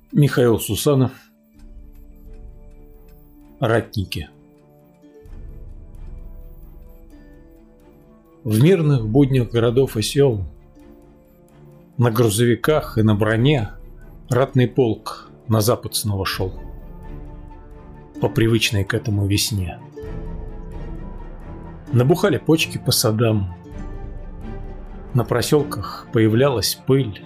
Михаил Сусанов. Ратники. В мирных буднях городов и сел на грузовиках и на броне ратный полк на запад снова шел по привычной к этому весне. Набухали почки по садам, на проселках появлялась пыль.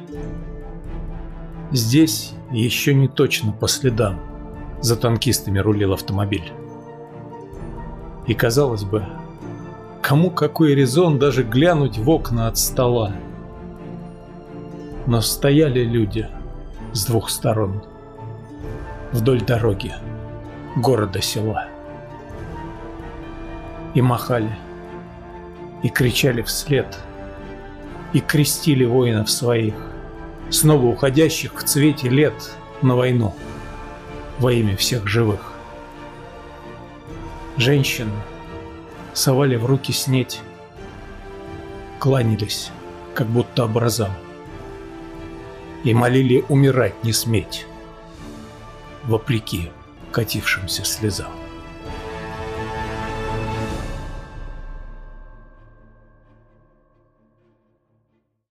Здесь еще не точно по следам за танкистами рулил автомобиль. И казалось бы, кому какой резон даже глянуть в окна от стола. Но стояли люди с двух сторон вдоль дороги города-села и махали, и кричали вслед, и крестили воинов своих, снова уходящих в цвете лет на войну во имя всех живых. Женщины совали в руки снеть, кланялись, как будто образам, и молили умирать не сметь, вопреки катившимся слезам.